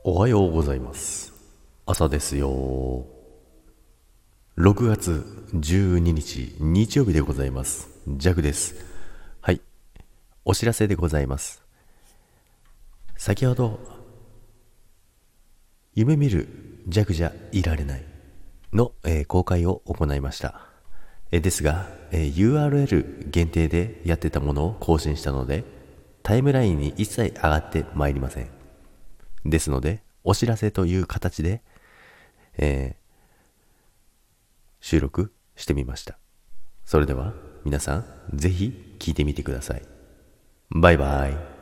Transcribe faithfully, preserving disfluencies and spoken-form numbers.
おはようございます。朝ですよ。ろくがつじゅうににち日曜日でございます。ジャクです。はい、お知らせでございます。先ほど夢見るジャクじゃいられないの、えー公開を行いました。えーですが、えー ユーアールエル 限定でやってたものを更新したので、タイムラインに一切上がってまいりません。ですので、お知らせという形で、えー収録してみました。それでは皆さん、ぜひ聞いてみてください。バイバイ。